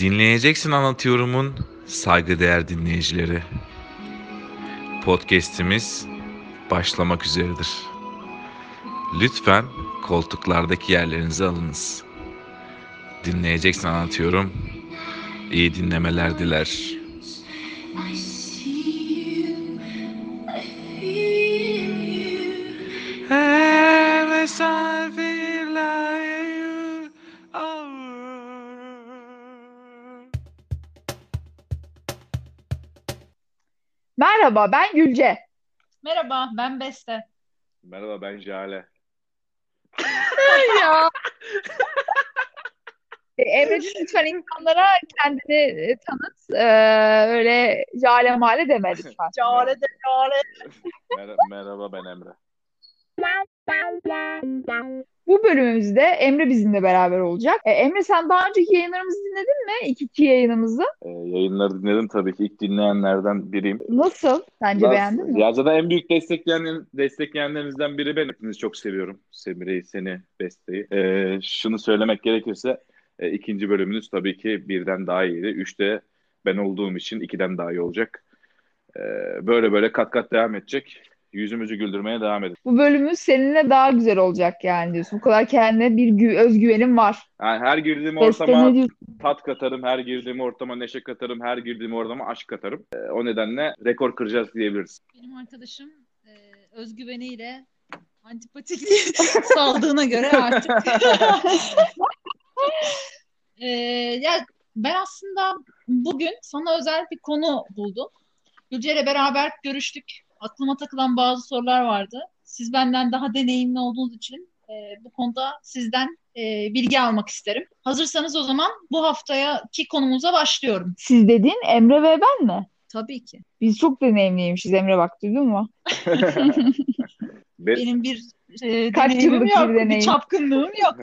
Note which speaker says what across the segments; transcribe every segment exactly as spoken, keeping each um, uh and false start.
Speaker 1: Dinleyeceksin Anlatıyorum'un saygıdeğer dinleyicileri. Podcast'imiz başlamak üzeredir. Lütfen koltuklardaki yerlerinizi alınız. Dinleyeceksin Anlatıyorum. İyi dinlemeler diler.
Speaker 2: Merhaba, ben Gülce.
Speaker 3: Merhaba, ben Beste.
Speaker 4: Merhaba, ben Jale.
Speaker 2: Ya. E, Emre'cim lütfen insanlara kendini e, tanıt. Ee, öyle jale male deme lütfen.
Speaker 3: Care de care.
Speaker 4: Mer- merhaba, ben Emre.
Speaker 2: Bu bölümümüzde Emre bizimle beraber olacak. E, Emre sen daha önceki yayınlarımızı dinledin mi? İki, iki yayınımızı.
Speaker 4: Ee, yayınları dinledim tabii ki. İlk dinleyenlerden biriyim.
Speaker 2: Nasıl? Sence
Speaker 4: Nasıl?
Speaker 2: beğendin mi?
Speaker 4: Ya zaten en büyük destekleyen, destekleyenlerinizden biri benim. Hepinizi çok seviyorum. Semire'yi, seni, Beste'yi. Ee, şunu söylemek gerekirse e, ikinci bölümünüz tabii ki birden daha iyiydi. Üçte ben olduğum için ikiden daha iyi olacak. Ee, böyle böyle kat kat devam edecek. Yüzümüzü güldürmeye devam edin.
Speaker 2: Bu bölümümüz seninle daha güzel olacak yani diyorsun. Bu kadar kendine bir gü- özgüvenim var.
Speaker 4: Yani her girdiğim
Speaker 2: Beste
Speaker 4: ortama
Speaker 2: ne diyorsun?
Speaker 4: tat katarım, her girdiğim ortama neşe katarım, her girdiğim ortama aşk katarım. Ee, o nedenle rekor kıracağız diyebiliriz.
Speaker 3: Benim arkadaşım e, özgüveniyle antipatikliği saldığına göre artık. E, ya ben aslında bugün sana özel bir konu buldum. Gülce'yle beraber görüştük. Aklıma takılan bazı sorular vardı. Siz benden daha deneyimli olduğunuz için e, bu konuda sizden e, bilgi almak isterim. Hazırsanız o zaman bu haftaki konumuza başlıyorum.
Speaker 2: Siz dediğin Emre ve ben mi?
Speaker 3: Tabii ki.
Speaker 2: Biz çok deneyimliymişiz Emre, bak duydun mu?
Speaker 4: Be-
Speaker 3: Benim bir e,
Speaker 2: Kaç
Speaker 3: deneyimim
Speaker 2: yıllık
Speaker 3: yok,
Speaker 2: bir
Speaker 3: bir
Speaker 2: deneyim.
Speaker 3: çapkınlığım yok.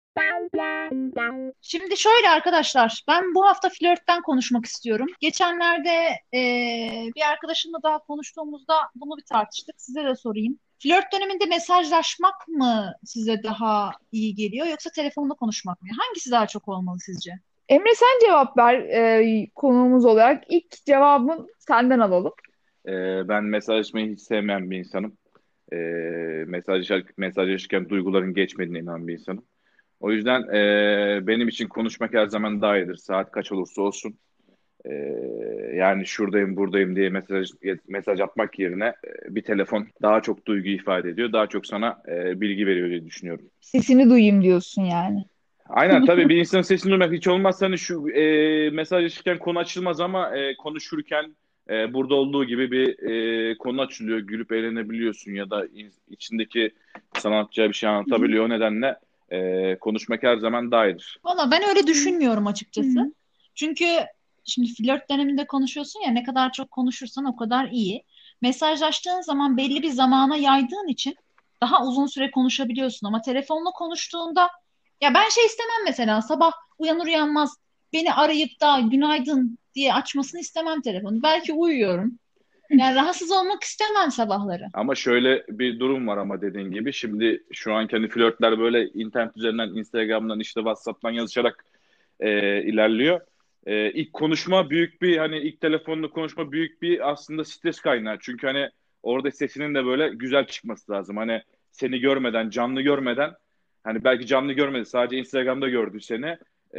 Speaker 3: Şimdi şöyle arkadaşlar, ben bu hafta flörtten konuşmak istiyorum. Geçenlerde e, bir arkadaşımla daha konuştuğumuzda bunu bir tartıştık. Size de sorayım. Flört döneminde mesajlaşmak mı size daha iyi geliyor yoksa telefonla konuşmak mı? Hangisi daha çok olmalı sizce?
Speaker 2: Emre sen cevap ver e, konuğumuz olarak. İlk cevabını senden alalım.
Speaker 4: Ee, ben mesajlaşmayı hiç sevmeyen bir insanım. Ee, mesaj mesajlaşırken duyguların geçmediğine inanan bir insanım. O yüzden e, benim için konuşmak her zaman daha iyidir. Saat kaç olursa olsun. Ee, yani şuradayım buradayım diye mesaj mesaj atmak yerine e, bir telefon daha çok duygu ifade ediyor. Daha çok sana e, bilgi veriyor diye düşünüyorum.
Speaker 2: Sesini duyayım diyorsun yani.
Speaker 4: Aynen, tabii bir insanın sesini duymak hiç olmazsa hani şu e, mesajlaşırken konu açılmaz ama e, konuşurken e, burada olduğu gibi bir e, konu açılıyor. Gülüp eğlenebiliyorsun ya da in- içindeki sanatçıya bir şey anlatabiliyor. O nedenle e, konuşmak her zaman daha iyidir.
Speaker 3: Valla ben öyle düşünmüyorum açıkçası.
Speaker 2: Hı.
Speaker 3: Çünkü şimdi flört döneminde konuşuyorsun ya, ne kadar çok konuşursan o kadar iyi. Mesajlaştığın zaman belli bir zamana yaydığın için daha uzun süre konuşabiliyorsun ama telefonla konuştuğunda ya ben şey istemem, mesela sabah uyanır uyanmaz beni arayıp da günaydın diye açmasını istemem telefonu. Belki uyuyorum. Yani rahatsız olmak istemem sabahları.
Speaker 4: Ama şöyle bir durum var ama dediğin gibi şimdi şu an kendi flörtler böyle internet üzerinden Instagram'dan işte WhatsApp'tan yazışarak e, ilerliyor. E, ilk konuşma büyük bir hani ilk telefonla konuşma büyük bir aslında stres kaynağı. Çünkü hani orada sesinin de böyle güzel çıkması lazım. Hani seni görmeden, canlı görmeden hani belki canlı görmedi sadece Instagram'da gördü seni.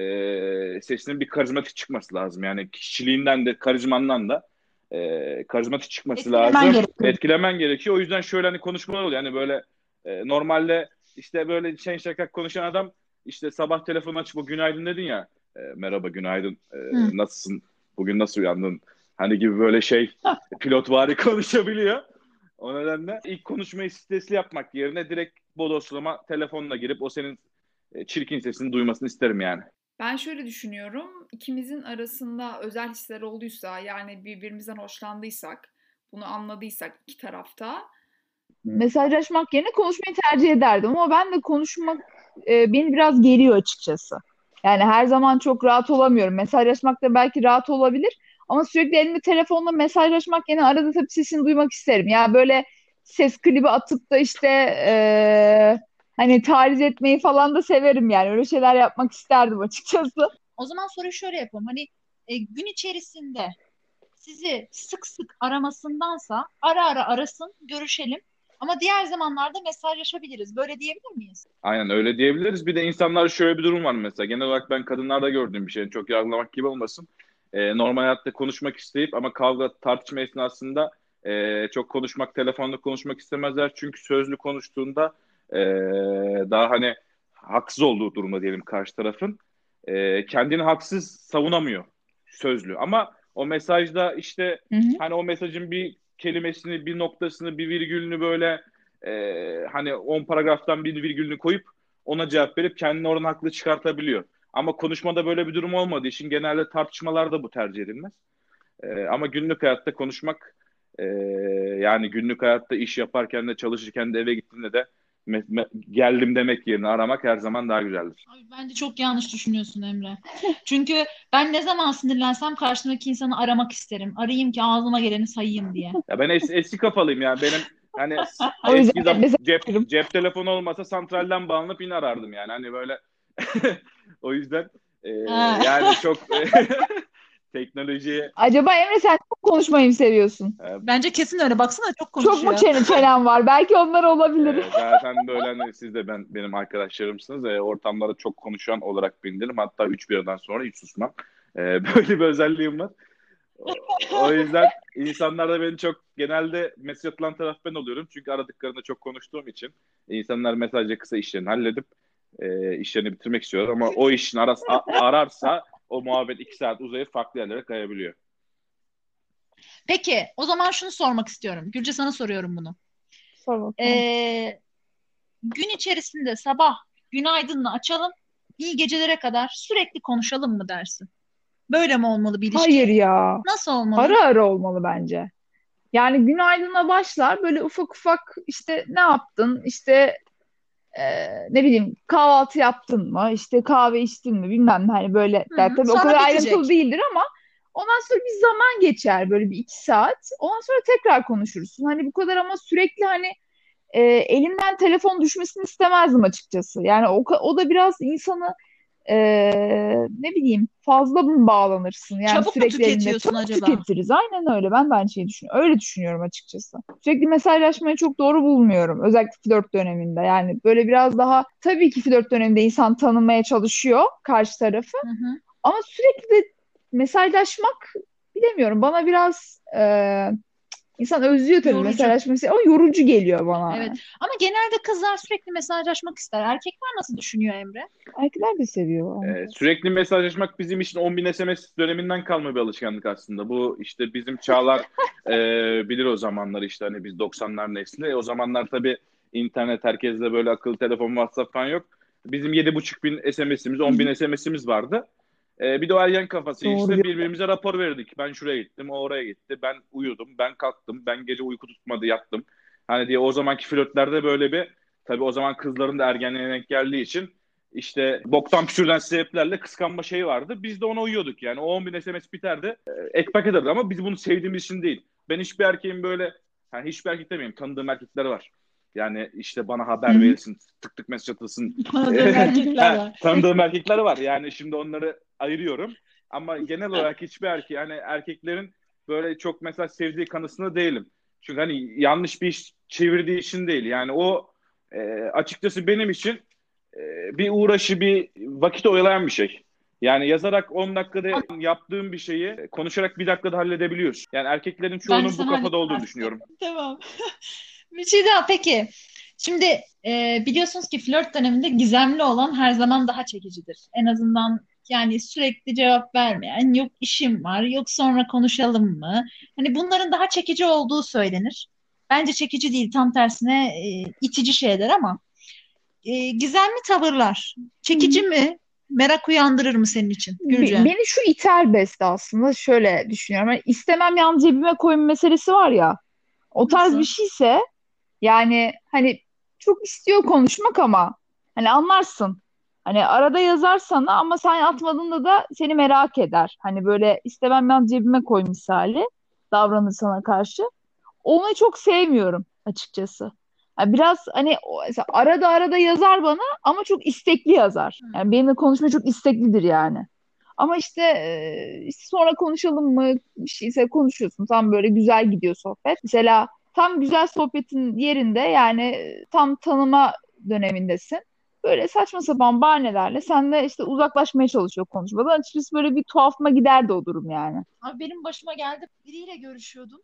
Speaker 4: E, sesinin bir karizmatik çıkması lazım. Yani kişiliğinden de karizmandan da e, karizmatik çıkması
Speaker 3: Etkilemen
Speaker 4: lazım.
Speaker 3: gerekiyor.
Speaker 4: Etkilemen gerekiyor. O yüzden şöyle hani konuşmalar oluyor. Yani böyle e, normalde işte böyle şen şakak konuşan adam işte sabah telefonu açıp o günaydın dedin ya. E, merhaba günaydın. E,
Speaker 3: Hı.
Speaker 4: nasılsın? Bugün nasıl uyandın? Hani gibi böyle şey pilotvari konuşabiliyor. O nedenle ilk konuşmayı stresli yapmak yerine direkt bodoslama telefonla girip o senin e, çirkin sesini duymasını isterim yani.
Speaker 5: Ben şöyle düşünüyorum. İkimizin arasında özel hisler olduysa, yani birbirimizden hoşlandıysak, bunu anladıysak iki tarafta.
Speaker 2: Mesajlaşmak yerine konuşmayı tercih ederdim ama ben de konuşmak e, beni biraz geriyor açıkçası. Yani her zaman çok rahat olamıyorum. Mesajlaşmak da belki rahat olabilir ama sürekli elimde telefonla mesajlaşmak yerine arada tabii sesini duymak isterim. Ya böyle ses klibi atıp da işte e, hani taciz etmeyi falan da severim yani. Öyle şeyler yapmak isterdim açıkçası.
Speaker 3: O zaman soruyu şöyle yapalım. Hani e, gün içerisinde sizi sık sık aramasındansa ara ara arasın, görüşelim. Ama diğer zamanlarda mesajlaşabiliriz. Böyle diyebilir miyiz?
Speaker 4: Aynen öyle diyebiliriz. Bir de insanlar şöyle bir durum var mesela. Genel olarak ben kadınlarda gördüğüm bir şey. Çok yargılamak gibi olmasın. Ee, normal hayatta konuşmak isteyip ama kavga tartışma esnasında e, çok konuşmak, telefonda konuşmak istemezler. Çünkü sözlü konuştuğunda e, daha hani haksız olduğu durumda diyelim karşı tarafın. E, kendini haksız savunamıyor sözlü. Ama o mesajda işte
Speaker 2: Hı hı.
Speaker 4: hani o mesajın bir kelimesini, bir noktasını, bir virgülünü böyle e, hani on paragraftan bir virgülünü koyup ona cevap verip kendini oradan haklı çıkartabiliyor. Ama konuşmada böyle bir durum olmadığı için genelde tartışmalarda bu tercih edilmez. E, ama günlük hayatta konuşmak e, yani günlük hayatta iş yaparken de çalışırken de eve gittiğinde de me- me- geldim demek yerine aramak her zaman daha güzeldir.
Speaker 3: Abi bence çok yanlış düşünüyorsun Emre. Çünkü ben ne zaman sinirlensem karşımdaki insanı aramak isterim. Arayayım ki ağzıma geleni sayayım diye.
Speaker 4: Ya ben es- eski kafalıyım yani benim hani
Speaker 2: O yüzden
Speaker 4: eski
Speaker 2: evet,
Speaker 4: zaman
Speaker 2: mesela
Speaker 4: cep cep telefonu olmasa santralden bağlanıp yine arardım yani hani böyle o yüzden e,
Speaker 3: Ha.
Speaker 4: yani çok teknolojiye
Speaker 2: acaba Emre sen çok konuşmayı mı seviyorsun?
Speaker 4: e,
Speaker 3: Bence kesin öyle. Baksana çok
Speaker 2: Çok mu
Speaker 3: konuşuyor.
Speaker 2: çene çenen var? Belki onlar olabilir.
Speaker 4: e, zaten böyle hani siz de ben benim arkadaşlarımsınız. E, ortamlarda çok konuşan olarak bilinirim. Hatta üç birden sonra hiç susmam. E, böyle bir özelliğim var. O, o yüzden insanlar da beni çok genelde mesaj atılan taraf ben oluyorum. Çünkü aradıklarında çok konuştuğum için insanlar mesajla kısa işlerini halledip e, işlerini bitirmek istiyor. Ama o işin arası, a- ararsa o muhabbet iki saat uzayıp farklı yerlere kayabiliyor.
Speaker 3: Peki, o zaman şunu sormak istiyorum. Gülce sana soruyorum bunu.
Speaker 2: Sor bakalım.
Speaker 3: Ee, gün içerisinde sabah günaydınla açalım, iyi gecelere kadar sürekli konuşalım mı dersin? Böyle mi olmalı bir ilişki?
Speaker 2: Hayır ya.
Speaker 3: Nasıl olmalı?
Speaker 2: Ara ara olmalı bence. Yani günaydınla başlar böyle ufak ufak işte ne yaptın işte e, ne bileyim kahvaltı yaptın mı işte kahve içtin mi bilmem ne hani böyle
Speaker 3: Hı
Speaker 2: der.
Speaker 3: hı.
Speaker 2: Tabii o
Speaker 3: Sonra
Speaker 2: kadar
Speaker 3: bitecek.
Speaker 2: ayrıntılı değildir ama ondan sonra bir zaman geçer böyle bir iki saat. Ondan sonra tekrar konuşursun. Hani bu kadar ama sürekli hani e, elimden telefon düşmesini istemezdim açıkçası. Yani o, ka- o da biraz insanı e, ne bileyim fazla mı bağlanırsın? Yani
Speaker 3: Çabuk mu
Speaker 2: sürekli elinde
Speaker 3: tüketiyorsun
Speaker 2: çabuk
Speaker 3: acaba?
Speaker 2: tüketiriz. Aynen öyle. Ben de aynı şeyi düşünüyorum. Öyle düşünüyorum açıkçası. Sürekli mesajlaşmayı çok doğru bulmuyorum. Özellikle flört döneminde. Yani böyle biraz daha tabii ki flört döneminde insan tanımaya çalışıyor karşı tarafı.
Speaker 3: Hı hı.
Speaker 2: Ama sürekli de mesajlaşmak bilemiyorum. Bana biraz e, insan özlüyor tabii
Speaker 3: Yorucu.
Speaker 2: mesajlaşması ama yorucu geliyor bana.
Speaker 3: Evet. Ama genelde kızlar sürekli mesajlaşmak ister. Erkekler nasıl düşünüyor Emre?
Speaker 2: Erkekler de seviyor onu.
Speaker 4: Ee, sürekli mesajlaşmak bizim için on bin S M S döneminden kalma bir alışkanlık aslında. Bu işte bizim çağlar e, bilir o zamanlar işte hani biz doksanlar nesli. E, o zamanlar tabii internet herkeste böyle akıllı telefon, WhatsApp falan yok. Bizim yedi buçuk bin S M S'imiz, on bin S M S'imiz vardı. E, bir de o ergen kafası
Speaker 2: Doğru
Speaker 4: işte
Speaker 2: diyor.
Speaker 4: birbirimize rapor verirdik. Ben şuraya gittim, o oraya gitti. Ben uyudum, ben kalktım, ben gece uyku tutmadı yattım. Hani diye o zamanki flörtlerde böyle bir tabii o zaman kızların da ergenliğine denk geldiği için işte boktan püskürten sebeplerle kıskanma şeyi vardı. Biz de ona uyuyorduk yani. O on bin S M S biterdi. E, ek paket alırdı ama biz bunu sevdiğimiz için değil. Ben hiçbir erkeğin böyle, yani hiçbir erkek demeyeyim, tanıdığım erkekler var. Yani işte bana
Speaker 2: Hı
Speaker 4: haber
Speaker 2: hı.
Speaker 4: verilsin, tık tık mesaj atılsın.
Speaker 3: Tanıdığım erkekler
Speaker 4: Ha,
Speaker 3: var.
Speaker 4: tanıdığım erkekler var. Yani şimdi onları ayırıyorum. Ama genel olarak hiçbir erkek, yani erkeklerin böyle çok mesela sevdiği kanısında değilim. Çünkü hani yanlış bir iş çevirdiği için değil. Yani o e, açıkçası benim için e, bir uğraşı, bir vakit oyalayan bir şey. Yani yazarak on dakikada yaptığım bir şeyi konuşarak bir dakikada halledebiliyorsun. Yani erkeklerin
Speaker 3: Bence
Speaker 4: çoğunun bu
Speaker 3: sen
Speaker 4: kafada olduğunu
Speaker 3: halledemezsin.
Speaker 4: düşünüyorum.
Speaker 3: Tamam. Bir şey daha peki. Şimdi e, biliyorsunuz ki flört döneminde gizemli olan her zaman daha çekicidir. En azından yani sürekli cevap vermeyen, yok işim var, yok sonra konuşalım mı? Hani bunların daha çekici olduğu söylenir. Bence çekici değil, tam tersine e, itici şeyler ama e, gizemli tavırlar
Speaker 2: Hı
Speaker 3: çekici
Speaker 2: hı.
Speaker 3: mi? Merak uyandırır mı senin için
Speaker 2: Be-
Speaker 3: Gülce?
Speaker 2: Beni şu iter beste aslında şöyle düşünüyorum. Hani istemem yan cebime koyma meselesi var ya. O tarz bir
Speaker 3: Nasıl?
Speaker 2: şeyse yani hani çok istiyor konuşmak ama hani anlarsın. Hani arada yazar sana ama sen atmadığında da seni merak eder. Hani böyle istemem yan cebime koy misali davranır sana karşı. Onu çok sevmiyorum açıkçası. Yani biraz hani o- mesela arada arada yazar bana ama çok istekli yazar. Yani benimle konuşmaya çok isteklidir yani. Ama işte, e, işte sonra konuşalım mı? Bir şeyse konuşuyorsun. Tam böyle güzel gidiyor sohbet. Mesela tam güzel sohbetin yerinde, yani e, tam tanıma dönemindesin. Böyle saçma sapan bahanelerle sen de işte uzaklaşmaya çalışıyor konuşmadan. Açıkçası böyle bir tuhafıma giderdi o durum yani.
Speaker 3: Abi benim başıma geldi. Biriyle görüşüyordum.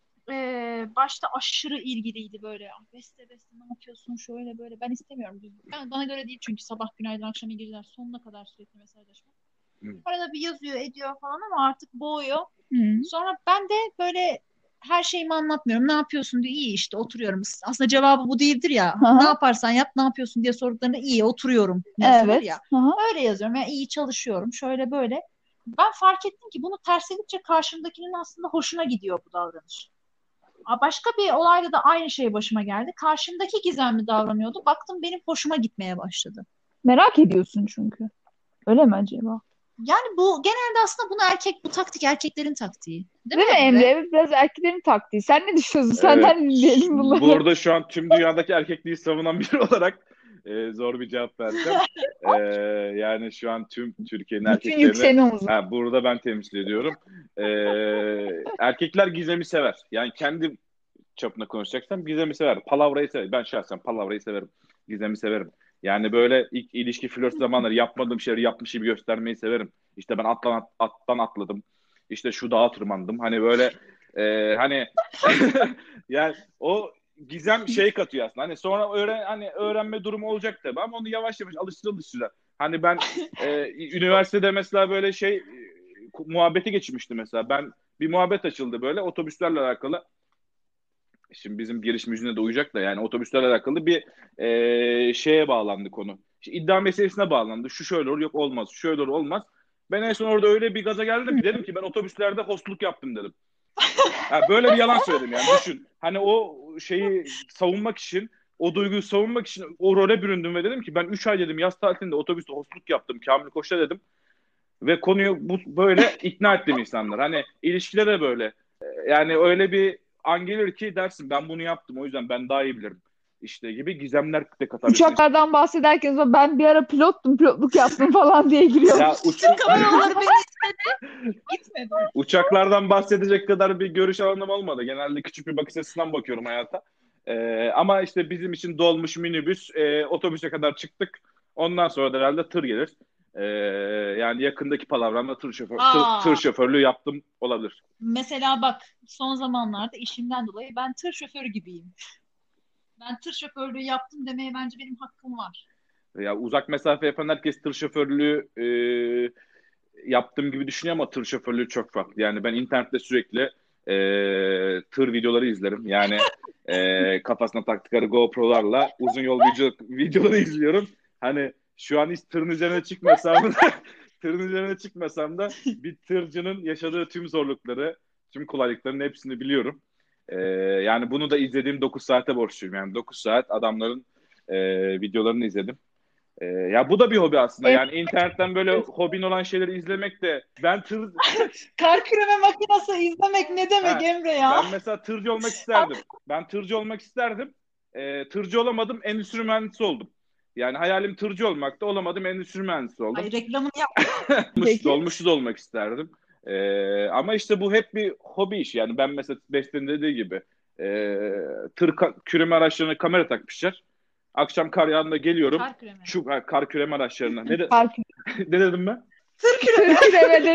Speaker 3: Ee, başta aşırı ilgiliydi böyle. "Ah, Beste beste ne yapıyorsun şöyle böyle." Ben istemiyorum. Ben, bana göre değil çünkü sabah günaydın akşam iyi geceler sonuna kadar sürekli mesajlaşmak.
Speaker 4: Hı.
Speaker 3: Arada bir yazıyor ediyor falan ama artık boğuyor.
Speaker 2: Hı.
Speaker 3: Sonra ben de böyle her şeyimi anlatmıyorum. Ne yapıyorsun diye, iyi işte oturuyorum. Aslında cevabı bu değildir ya.
Speaker 2: Hı hı.
Speaker 3: Ne yaparsan yap, ne yapıyorsun diye sorduklarında iyi oturuyorum yazılır
Speaker 2: Evet.
Speaker 3: ya.
Speaker 2: Hı hı.
Speaker 3: Öyle yazıyorum. Yani iyi çalışıyorum. Şöyle böyle. Ben fark ettim ki bunu tersledikçe karşımdakinin aslında hoşuna gidiyor bu davranış. Aa, Başka bir olayda da aynı şey başıma geldi. Karşımdaki gizemli davranıyordu. Baktım benim hoşuma gitmeye başladı.
Speaker 2: Merak ediyorsun çünkü. Öyle mi acaba?
Speaker 3: Yani bu genelde aslında bunu erkek, bu taktik erkeklerin taktiği. Değil
Speaker 2: Değil
Speaker 3: mi
Speaker 2: mi
Speaker 3: Emre?
Speaker 2: Emre? Evet, biraz erkeklerin taktiği. Sen ne düşünüyorsun? Senden
Speaker 4: Evet.
Speaker 2: dinleyelim
Speaker 4: Bu
Speaker 2: bunları.
Speaker 4: arada şu an tüm dünyadaki erkekliği savunan biri olarak e, zor bir cevap vereceğim. E, yani şu an tüm Türkiye'nin
Speaker 2: Bütün
Speaker 4: erkeklerini
Speaker 2: yükseğini omuzuna.
Speaker 4: ha, burada ben temsil ediyorum. E, erkekler gizemi sever. Yani kendi çapında konuşacaksam gizemi sever. Palavrayı sever. Ben şahsen palavrayı severim. Gizemi severim. Yani böyle ilk ilişki flört zamanları yapmadığım şeyleri yapmış gibi göstermeyi severim. İşte ben attan, at- attan atladım. İşte şu dağa tırmandım. Hani böyle e, hani yani o gizem şey katıyor aslında. Hani sonra öğren hani öğrenme durumu olacak tabii ama onu yavaş yavaş alıştıra alıştıra. Hani ben e, üniversitede mesela böyle şey e, muhabbeti geçmişti mesela. Ben bir muhabbet açıldı böyle otobüslerle alakalı. Şimdi bizim giriş müziğine de uyacak da yani otobüslerle alakalı bir e, şeye bağlandı konu. İşte iddia meselesine bağlandı. Şu şöyle olur, yok olmaz. Şu şöyle olur, olmaz. Ben en son orada öyle bir gaza geldim ki dedim ki ben otobüslerde hostluk yaptım dedim. Ha, böyle bir yalan söyledim yani düşün. Hani o şeyi savunmak için, o duyguyu savunmak için o role büründüm ve dedim ki ben üç ay dedim yaz tatilinde otobüste hostluk yaptım. Kamil Koç'ta dedim. Ve konuyu bu böyle ikna ettim insanlar. Hani ilişkide de böyle. Yani öyle bir an gelir ki dersin ben bunu yaptım o yüzden ben daha iyi bilirim. İşte gibi gizemler de katabilirsin.
Speaker 2: Uçaklardan bahsederken sonra ben bir ara pilottum, pilotluk yaptım falan diye giriyor.
Speaker 4: Ya uç-
Speaker 3: Kameralar beni istedi. Gitmedi.
Speaker 4: uçaklardan bahsedecek kadar bir görüş alanım olmadı. Genelde küçük bir bakış açısından bakıyorum hayata. Ee, ama işte bizim için dolmuş minibüs, e, otobüse kadar çıktık. Ondan sonra da herhalde tır gelir. Ee, yani yakındaki palavramda tır şoför, tır,
Speaker 3: Aa,
Speaker 4: tır şoförlüğü yaptım olabilir.
Speaker 3: mesela bak son zamanlarda işimden dolayı ben tır şoförü gibiyim. Ben tır şoförlüğü yaptım demeye bence benim hakkım var.
Speaker 4: Ya uzak mesafe yapan herkes tır şoförlüğü e, yaptığım gibi düşünüyor ama tır şoförlüğü çok farklı. Yani ben internette sürekli e, tır videoları izlerim. Yani e, kafasına taktıkları GoPro'larla uzun yol video, videoları izliyorum. Hani şu an hiç tırın üzerine çıkmasam da tırın üzerine çıkmasam da bir tırcının yaşadığı tüm zorlukları, tüm kolaylıkların hepsini biliyorum. E, yani bunu da izlediğim dokuz saate borçluyum. Yani dokuz saat adamların e, videolarını izledim. Ee, ya bu da bir hobi aslında.
Speaker 2: Evet.
Speaker 4: Yani internetten böyle hobin olan şeyleri izlemek de ben tır
Speaker 3: Kar küreme makinesi izlemek ne demek
Speaker 4: Ha,
Speaker 3: Emre ya?
Speaker 4: ben mesela tırcı olmak isterdim. Ben tırcı olmak isterdim. Ee, tırcı olamadım, endüstri mühendisi oldum. Yani hayalim tırcı olmaktı, olamadım, endüstri mühendisi oldum.
Speaker 3: Ay reklamını yap.
Speaker 4: Dolmuş,
Speaker 2: Peki.
Speaker 4: dolmuşçu da olmak isterdim. Ee, ama işte bu hep bir hobi işi. Yani ben mesela Beste'nin dediği gibi e, tır ka- küreme araçlarına kamera takmışlar. Akşam kar yağında geliyorum.
Speaker 3: Kar küreme.
Speaker 4: Şu ha, kar küreme araçlarına. Ne, de,
Speaker 2: Fark
Speaker 4: ne dedim ben?
Speaker 2: Türkiye'de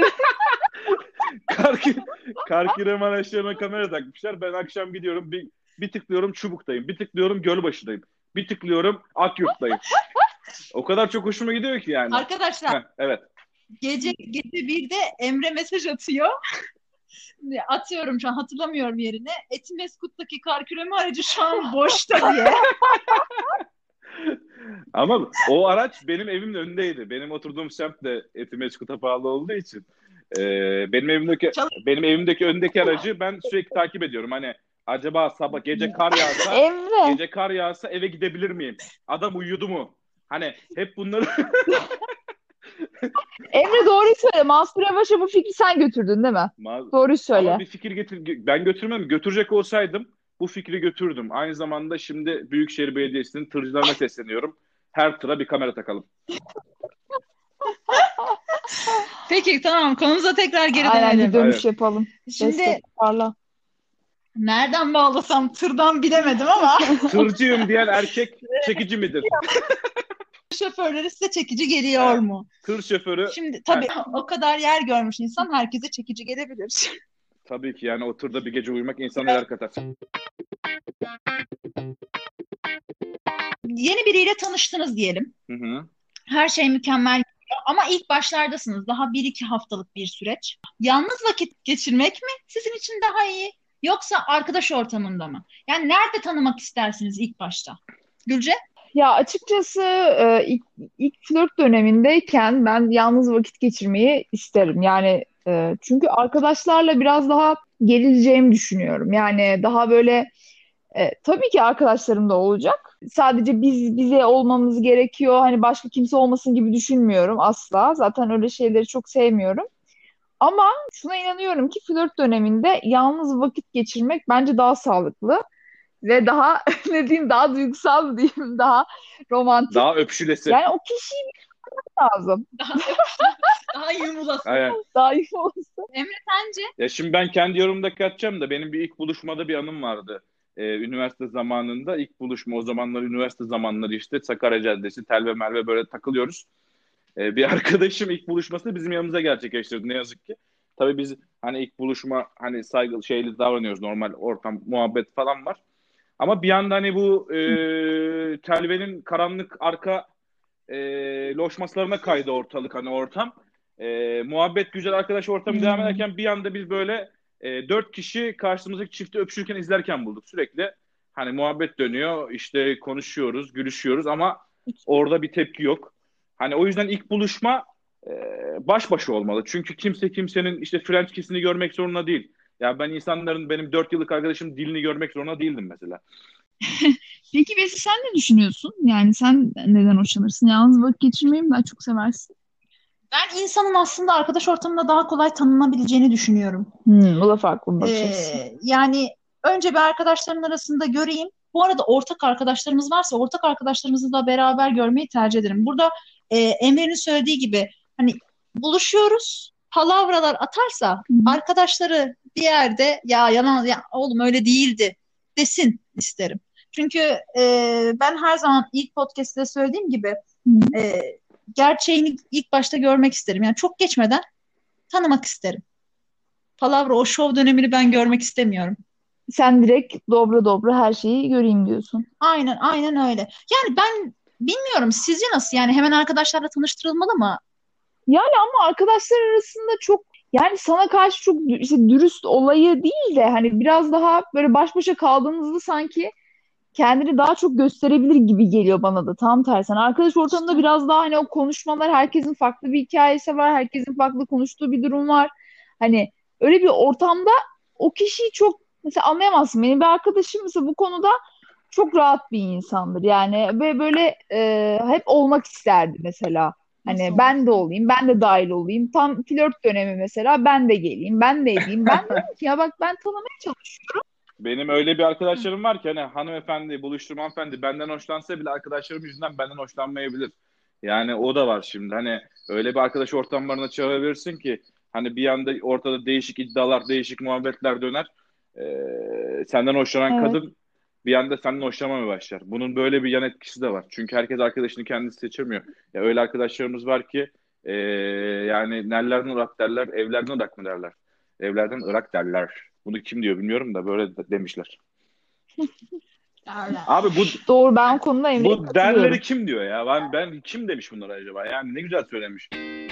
Speaker 4: Kar, kar küreme araçlarına kamera takmışlar. Ben akşam gidiyorum bir, bir tıklıyorum Çubuk'tayım. Bir tıklıyorum Gölbaşı'dayım. Bir tıklıyorum Akyurt'tayım. O kadar çok hoşuma gidiyor ki yani.
Speaker 3: Arkadaşlar
Speaker 4: Heh, evet.
Speaker 3: gece gece birde Emre mesaj atıyor. Atıyorum şu an hatırlamıyorum yerine. Etimeskut'taki kar küreme aracı şu an boşta diye.
Speaker 4: Ama o araç benim evimin önündeydi. Benim oturduğum semt de Etimesgut'a bağlı olduğu için. e, benim evimdeki
Speaker 3: Çalış-
Speaker 4: benim evimdeki öndeki aracı ben sürekli takip ediyorum. Hani acaba sabah gece kar yağsa
Speaker 2: Emre.
Speaker 4: gece kar yağsa eve gidebilir miyim? Adam uyudu mu? Hani hep bunları
Speaker 2: Emre doğruyu söyle. Mansur Yavaş'a bu fikri sen götürdün değil mi?
Speaker 4: Ma-
Speaker 2: Doğruyu söyle.
Speaker 4: Ama bir fikir getir ben götürmem. Götürecek olsaydım bu fikri götürdüm. Aynı zamanda şimdi Büyükşehir Belediyesi'nin tırcılarına sesleniyorum. Her tıra bir kamera takalım.
Speaker 3: Peki tamam, konumuza tekrar geri
Speaker 2: Aynen, bir
Speaker 3: dönelim.
Speaker 2: dönüş
Speaker 4: Evet.
Speaker 2: yapalım.
Speaker 3: Şimdi
Speaker 2: Destek parla.
Speaker 3: nereden bağlasam tırdan bilemedim ama
Speaker 4: Tırcıyım diyen erkek çekici midir?
Speaker 3: şoförleri size çekici geliyor
Speaker 4: Evet.
Speaker 3: mu?
Speaker 4: Tır şoförü
Speaker 3: Şimdi tabii o kadar yer görmüş insan herkese çekici gelebilir.
Speaker 4: tabii ki yani o tırda bir gece uyumak insana neler katar.
Speaker 3: Yeni biriyle tanıştınız diyelim.
Speaker 4: Hı hı.
Speaker 3: Her şey mükemmel gidiyor ama ilk başlardasınız. Daha bir iki haftalık bir süreç. Yalnız vakit geçirmek mi sizin için daha iyi? Yoksa arkadaş ortamında mı? Yani nerede tanımak istersiniz ilk başta? Gülce?
Speaker 2: Ya açıkçası e, ilk, ilk flört dönemindeyken ben yalnız vakit geçirmeyi isterim. Yani e, çünkü arkadaşlarla biraz daha gerileceğimi düşünüyorum. Yani daha böyle e, tabii ki arkadaşlarım da olacak. Sadece biz bize olmamız gerekiyor. Hani başka kimse olmasın gibi düşünmüyorum asla. Zaten öyle şeyleri çok sevmiyorum. Ama şuna inanıyorum ki flört döneminde yalnız vakit geçirmek bence daha sağlıklı ve daha ne diyeyim, daha duygusal mı diyeyim, daha romantik.
Speaker 4: Daha öpüşülesi.
Speaker 2: Yani o kişiyi bilmek lazım.
Speaker 3: Daha daha yumulasın.
Speaker 4: Aynen.
Speaker 2: Daha iyi olsun.
Speaker 3: Emre sence?
Speaker 4: Ya şimdi ben kendi yorumda katacağım da benim bir ilk buluşmada bir anım vardı. Ee, üniversite zamanında ilk buluşma, o zamanlar üniversite zamanları işte Sakarya Caddesi, Tel ve Merve böyle takılıyoruz. Ee, bir arkadaşım ilk buluşmasını bizim yanımıza gerçekleştirdi ne yazık ki. Tabii biz hani ilk buluşma hani saygılı şeyli davranıyoruz, normal ortam muhabbet falan var. Ama bir anda hani bu e, telvenin karanlık arka e, loş masalarına kaydı ortalık hani ortam. E, muhabbet güzel, arkadaş ortamı devam
Speaker 2: Hmm.
Speaker 4: ederken bir anda biz böyle e, dört kişi karşımızdaki çifti öpüşürken izlerken bulduk. Sürekli hani muhabbet dönüyor, işte konuşuyoruz, gülüşüyoruz ama orada bir tepki yok. Hani o yüzden ilk buluşma e, baş başa olmalı. Çünkü kimse kimsenin işte French kiss'ini görmek zorunda değil. Ya ben insanların, benim dört yıllık arkadaşım dilini görmek zorunda değildim mesela.
Speaker 2: Peki Besi, sen ne düşünüyorsun? Yani sen neden hoşlanırsın? Yalnız vakit geçirmeyi mi daha çok seversin?
Speaker 3: Ben insanın aslında arkadaş ortamında daha kolay tanınabileceğini düşünüyorum.
Speaker 2: Hmm, bu da farklı bir bakış açısı.
Speaker 3: Ee, yani önce bir arkadaşlarımın arasında göreyim. Bu arada ortak arkadaşlarımız varsa ortak arkadaşlarımızı da beraber görmeyi tercih ederim. Burada e, Emre'nin söylediği gibi hani buluşuyoruz, palavralar atarsa
Speaker 2: Hı hı.
Speaker 3: arkadaşları bir yerde ya yalan ya oğlum öyle değildi desin isterim. Çünkü e, ben her zaman ilk podcast'te söylediğim gibi
Speaker 2: Hı hı.
Speaker 3: e, gerçeğini ilk başta görmek isterim. Yani çok geçmeden tanımak isterim. Palavra, o şov dönemini ben görmek istemiyorum.
Speaker 2: Sen direkt dobra dobra her şeyi göreyim diyorsun.
Speaker 3: Aynen, aynen öyle. Yani ben bilmiyorum, sizce nasıl? Yani hemen arkadaşlarla tanıştırılmalı mı?
Speaker 2: Yani ama arkadaşlar arasında çok, yani sana karşı çok dü- işte dürüst olayı değil de hani biraz daha böyle baş başa kaldığınızda sanki kendini daha çok gösterebilir gibi geliyor bana da, tam tersi. Hani arkadaş ortamında
Speaker 3: İşte.
Speaker 2: biraz daha hani o konuşmalar, herkesin farklı bir hikayesi var, herkesin farklı konuştuğu bir durum var. Hani öyle bir ortamda o kişiyi çok mesela anlayamazsın. Benim bir arkadaşım mesela bu konuda çok rahat bir insandır. Yani ve böyle e, hep olmak isterdi mesela.
Speaker 3: Nasıl
Speaker 2: Hani
Speaker 3: olmak
Speaker 2: ben de olayım, ben de dahil olayım. Tam flört dönemi mesela ben de geleyim, ben de edeyim. Ben dedim ki ya bak, ben tanımaya çalışıyorum.
Speaker 4: Benim öyle bir arkadaşlarım var ki hani hanımefendi, buluşturma hanımefendi benden hoşlansa bile arkadaşlarım yüzünden benden hoşlanmayabilir. Yani o da var şimdi. Hani öyle bir arkadaş ortamlarına çağırabilirsin ki hani bir anda ortada değişik iddialar, değişik muhabbetler döner. Ee, senden hoşlanan
Speaker 2: Evet.
Speaker 4: kadın bir anda senden hoşlanmamaya başlar. Bunun böyle bir yan etkisi de var. Çünkü herkes arkadaşını kendisi seçemiyor. Ya öyle arkadaşlarımız var ki ee, yani nerlerden ırak derler, evlerden ırak mı derler? Evlerden ırak derler. Bunu kim diyor bilmiyorum da böyle de- demişler.
Speaker 3: Derler.
Speaker 4: Abi bu
Speaker 2: Doğru, ben o konuda Emre'ye
Speaker 4: bu derleri
Speaker 2: katılıyorum.
Speaker 4: kim diyor ya? Ben ben kim demiş bunları acaba? Yani ne güzel söylemiş.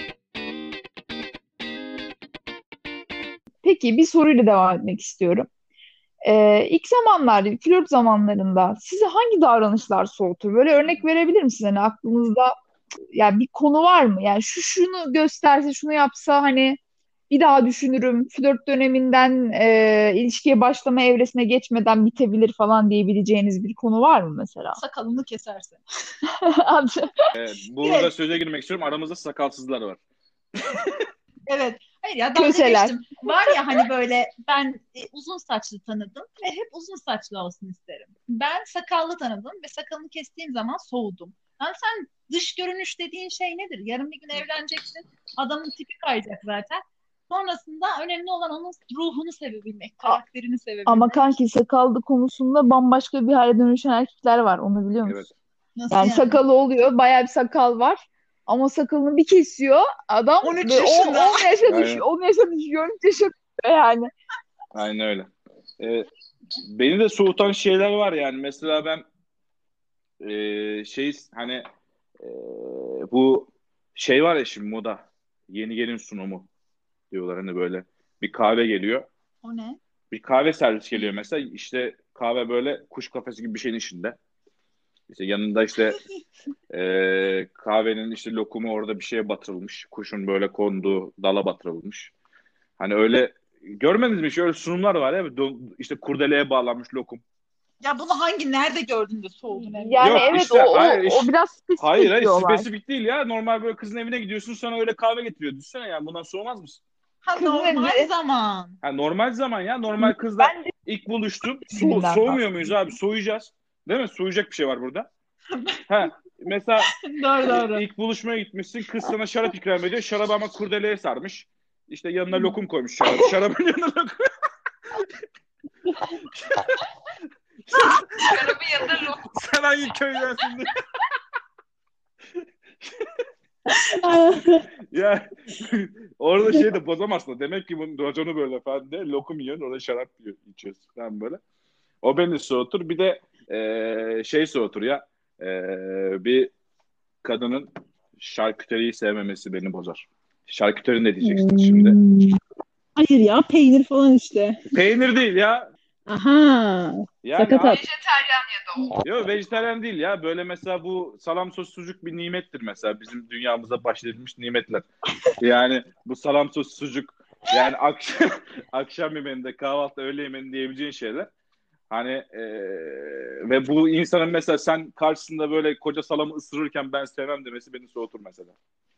Speaker 2: Peki bir soruyla devam etmek istiyorum. Ee, ilk zamanlarda, flört zamanlarında sizi hangi davranışlar soğutur? Böyle örnek verebilir misiniz? Hani aklınızda yani bir konu var mı? Yani şu şunu gösterse, şunu yapsa hani bir daha düşünürüm. Flört döneminden e, ilişkiye başlama evresine geçmeden bitebilir falan diyebileceğiniz bir konu var mı mesela?
Speaker 3: Sakalını keserse.
Speaker 2: Adı-
Speaker 4: Evet, burada
Speaker 3: Evet,
Speaker 4: söze girmek istiyorum. Aramızda sakalsızlar var.
Speaker 3: evet. Hayır ya, dalga
Speaker 2: Köseler.
Speaker 3: geçtim. Var ya hani böyle ben e, uzun saçlı tanıdım ve hep uzun saçlı olsun isterim. Ben sakallı tanıdım ve sakalını kestiğim zaman soğudum. Yani sen dış görünüş dediğin şey nedir? Yarın bir gün evleneceksin. Adamın tipi kayacak zaten. Sonrasında önemli olan onun ruhunu sevebilmek,
Speaker 2: A-
Speaker 3: karakterini
Speaker 2: Ama
Speaker 3: sevebilmek.
Speaker 2: kanki sakallı konusunda bambaşka bir hale dönüşen erkekler var. Onu biliyor
Speaker 4: Evet.
Speaker 2: musun?
Speaker 3: Nasıl
Speaker 2: Yani
Speaker 3: yani?
Speaker 2: sakalı oluyor. Bayağı bir sakal var. Ama sakalını bir kesiyor. Adam
Speaker 3: on üç
Speaker 2: böyle on,
Speaker 3: yaşında.
Speaker 2: on yaşa
Speaker 4: Aynen,
Speaker 2: düşüyor. on yaşa düşüyor. on üç yaşa düşüyor yani.
Speaker 4: aynen öyle. Ee, beni de soğutan şeyler var yani. Mesela ben e, şey hani e, bu şey var ya şimdi moda. Yeni gelin sunumu diyorlar hani böyle. Bir kahve geliyor.
Speaker 3: O ne?
Speaker 4: Bir kahve servis geliyor mesela. İşte kahve böyle kuş kafesi gibi bir şeyin içinde. İşte yanında işte e, kahvenin işte lokumu orada bir şeye batırılmış. Kuşun böyle konduğu dala batırılmış. Hani öyle görmediniz mi? Şöyle sunumlar var ya. Do- işte kurdeleye bağlanmış lokum.
Speaker 3: Ya bunu hangi nerede gördün de soğudun Emre
Speaker 2: Yani
Speaker 4: Yok
Speaker 3: ya?
Speaker 2: evet
Speaker 4: işte
Speaker 2: o,
Speaker 4: hayır
Speaker 2: o, o
Speaker 4: iş,
Speaker 2: biraz
Speaker 4: hayır
Speaker 2: spesifik
Speaker 4: hayır
Speaker 2: bir olay.
Speaker 4: spesifik değil ya. Normal böyle kızın evine gidiyorsun sana öyle kahve getiriyor. Düşünsene yani bundan soğumaz mısın?
Speaker 3: Ha,
Speaker 2: Kızın
Speaker 3: normal
Speaker 2: evi.
Speaker 3: zaman.
Speaker 4: Ha, normal zaman ya. Normal kızla
Speaker 2: Ben de
Speaker 4: ilk buluştun. So
Speaker 2: dilinden
Speaker 4: soğumuyor muyuz
Speaker 2: bahsediyorum.
Speaker 4: abi? Soğuyacağız. Değil mi? Soğuyacak bir şey var burada. Ha, mesela
Speaker 3: Doğru
Speaker 4: i-
Speaker 3: doğru.
Speaker 4: ilk buluşmaya gitmişsin. Kız sana şarap ikram ediyor. Şarabı ama kurdeleye sarmış. İşte yanına
Speaker 3: Hmm.
Speaker 4: lokum koymuş şarabı. Şarabın yanına lokum.
Speaker 5: Şarabı yanında lokum.
Speaker 4: Sen hangi köydensin diye. Ya orada şey de bozamazsın. Demek ki bunun raconu böyle falan de lokum yiyorsun orada şarap yiyor, içiyorsun falan böyle. O beni soğutur. Bir de e, şey soğutur ya. E, bir kadının şarküteriyi sevmemesi beni bozar. Şarküteri ne diyeceksiniz şimdi?
Speaker 6: Hmm. Hayır ya peynir falan işte.
Speaker 4: Peynir değil ya.
Speaker 6: Aha.
Speaker 4: Yani
Speaker 6: Sakatat.
Speaker 4: abi,
Speaker 5: Vejeteryan ya da o.
Speaker 4: yok vejetaryen değil ya. Böyle mesela bu salam sos sucuk bir nimettir mesela. Bizim dünyamıza bahşedilmiş nimetler. Yani bu salam sos sucuk yani akşam, akşam yemeğinde kahvaltı öğle yemeğinde diyebileceğin şeyler. Hani e, ve bu insanın mesela sen karşısında böyle koca salamı ısırırken ben sevmem demesi beni soğutur mesela.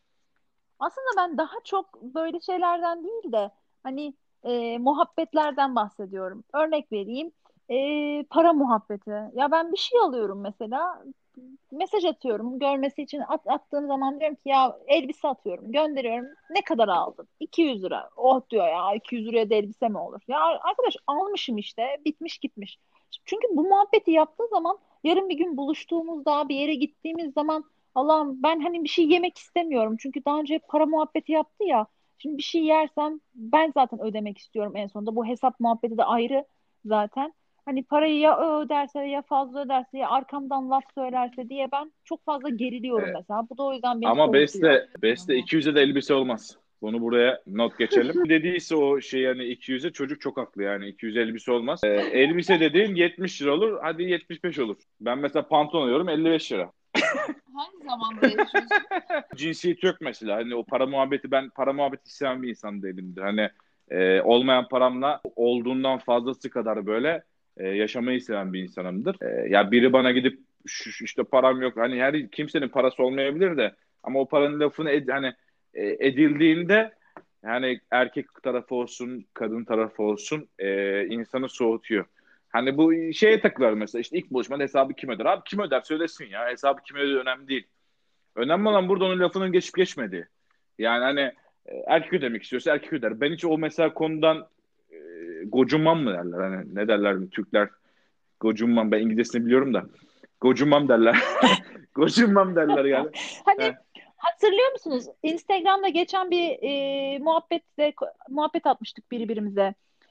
Speaker 7: Aslında ben daha çok böyle şeylerden değil de hani e, muhabbetlerden bahsediyorum. Örnek vereyim. E, para muhabbeti. Ya ben bir şey alıyorum mesela. Mesaj atıyorum. Görmesi için at, attığım zaman diyorum ki ya elbise atıyorum. Gönderiyorum. Ne kadar aldın? iki yüz lira. Oh diyor ya iki yüz liraya da elbise mi olur? Ya arkadaş almışım işte. Bitmiş gitmiş. Çünkü bu muhabbeti yaptığı zaman yarın bir gün buluştuğumuzda bir yere gittiğimiz zaman Allah'ım ben hani bir şey yemek istemiyorum. Çünkü daha önce hep para muhabbeti yaptı ya. Şimdi bir şey yersem ben zaten ödemek istiyorum en sonunda. Bu hesap muhabbeti de ayrı zaten. Hani parayı ya o öderse ya fazla öderse ya arkamdan laf söylerse diye ben çok fazla geriliyorum
Speaker 4: E,
Speaker 7: mesela. Bu da o yüzden beni
Speaker 4: ama
Speaker 7: soğutuyor.
Speaker 4: Beste Beste iki yüze de elbise olmaz. Bunu buraya not geçelim. Dediyse o şey yani iki yüze çocuk çok haklı yani iki yüz elbise olmaz. E, elbise dediğin yetmiş lira olur. Hadi yetmiş beş olur. Ben mesela pantolon alıyorum elli beş lira.
Speaker 5: Hangi zamanda yaşıyorsun?
Speaker 4: Cinsiyet yok mesela. Hani o para muhabbeti ben para muhabbeti isteyen bir insan değilimdir. Hani e, olmayan paramla olduğundan fazlası kadar böyle e, yaşamayı seven bir insanımdır. E, ya biri bana gidip şu, şu işte param yok. Hani her kimsenin parası olmayabilir de ama o paranın lafını ed, hani e, edildiğinde yani erkek tarafı olsun, kadın tarafı olsun e, insanı soğutuyor. Hani bu şeye takılır mesela işte ilk buluşmada hesabı kim öder? Abi kim öder söylesin ya. Hesabı kim öder önemli değil. Önemli olan burada onun lafının geçip geçmediği. Yani hani e, erkek ödemek istiyorsa erkek öder. Ben hiç o mesela konudan e, gocunmam mı derler? Hani ne derler mi Türkler? Gocunmam. Ben İngilizcesini biliyorum da. Gocunmam derler. Gocunmam derler yani.
Speaker 7: Hani
Speaker 4: Heh.
Speaker 7: hatırlıyor musunuz? Instagram'da geçen bir e, muhabbette muhabbet atmıştık birbirimize.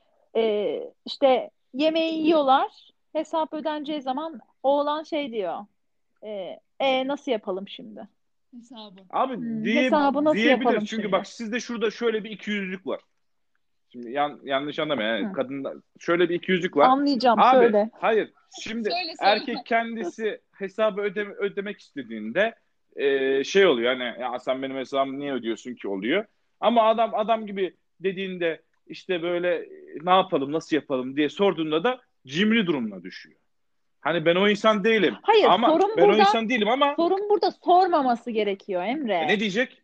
Speaker 7: E, işte yemeği yiyorlar. Hesap ödeneceği zaman oğlan şey diyor. E, "E, nasıl yapalım şimdi?
Speaker 5: Hesabı.
Speaker 4: Abi
Speaker 7: Hmm,
Speaker 4: diye,
Speaker 7: hesabı nasıl
Speaker 4: diyebilir.
Speaker 7: yapalım
Speaker 4: Çünkü
Speaker 7: şimdi?"
Speaker 4: bak sizde şurada şöyle bir ikiyüzlülük var. Şimdi yan, yanlış anlamayın. Yani
Speaker 7: Hı,
Speaker 4: kadında şöyle bir ikiyüzlülük var.
Speaker 7: anlayacağım
Speaker 4: Abi
Speaker 7: söyle.
Speaker 4: hayır. Şimdi
Speaker 5: Söyle söyle.
Speaker 4: erkek kendisi hesabı ödeme, ödemek istediğinde e, şey oluyor hani ya sen benim hesabımı niye ödüyorsun ki oluyor. Ama adam adam gibi dediğinde işte böyle e, ne yapalım nasıl yapalım diye sorduğunda da cimri durumuna düşüyor. Hani ben o insan değilim.
Speaker 7: Hayır,
Speaker 4: Ama
Speaker 7: sorun
Speaker 4: ben o
Speaker 7: burada
Speaker 4: insan değilim ama
Speaker 7: sorun burada sormaması gerekiyor
Speaker 4: e, ne
Speaker 7: Emre.
Speaker 4: diyecek?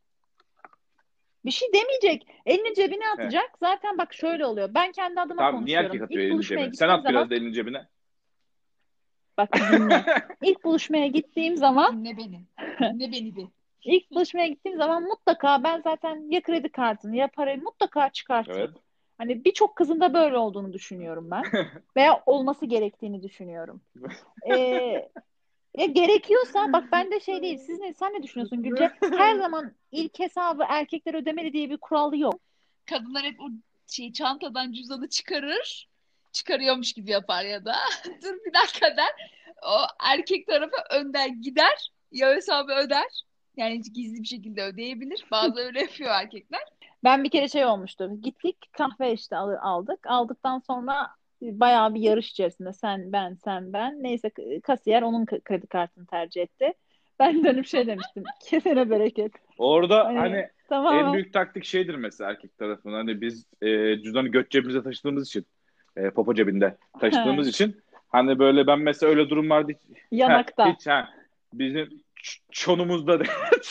Speaker 7: Bir şey demeyecek. Elini cebine
Speaker 4: He.
Speaker 7: atacak. Zaten bak şöyle oluyor. Ben kendi adıma
Speaker 4: Tamam niye erkek
Speaker 7: konuşuyorum.
Speaker 4: atıyor
Speaker 7: İlk
Speaker 4: elini
Speaker 7: buluşmaya
Speaker 4: cebine? Sen
Speaker 7: gittiğim
Speaker 4: at
Speaker 7: zaman
Speaker 4: biraz da elini cebine.
Speaker 7: Bak dinle. İlk buluşmaya gittiğim zaman
Speaker 3: Dinle beni. Dinle beni bir.
Speaker 7: ilk buluşmaya gittiğim zaman mutlaka ben zaten ya kredi kartını ya parayı mutlaka çıkartırım.
Speaker 4: Evet.
Speaker 7: Hani birçok kızın da böyle olduğunu düşünüyorum ben. Veya olması gerektiğini düşünüyorum. Ee, ya gerekiyorsa bak ben de şey değil. Siz ne, sen ne düşünüyorsun Gülce? Her zaman ilk hesabı erkekler ödemeli diye bir kuralı yok.
Speaker 3: Kadınlar hep o şey çantadan cüzdanı çıkarır. Çıkarıyormuş gibi yapar ya da dur bir dakika der. O erkek tarafı önden gider. Ya hesabı öder. Yani hiç gizli bir şekilde ödeyebilir. Bazı öyle yapıyor erkekler.
Speaker 7: Ben bir kere şey olmuştu. Gittik kahve işte al- aldık. Aldıktan sonra bayağı bir yarış içerisinde sen ben sen ben. Neyse k- kasiyer onun k- kredi kartını tercih etti. Ben dönüp şey demiştim. Kesene bereket.
Speaker 4: Orada
Speaker 7: Hani
Speaker 4: hani en
Speaker 7: tamamen
Speaker 4: büyük taktik şeydir mesela erkek tarafından. Hani biz e, cüzdanı göt cebimize taşıdığımız için, e, popo cebinde taşıdığımız için hani böyle ben mesela öyle durumlarda hiç, ha,
Speaker 7: yanakta.
Speaker 4: hiç ha, bizim ç- çonumuzda da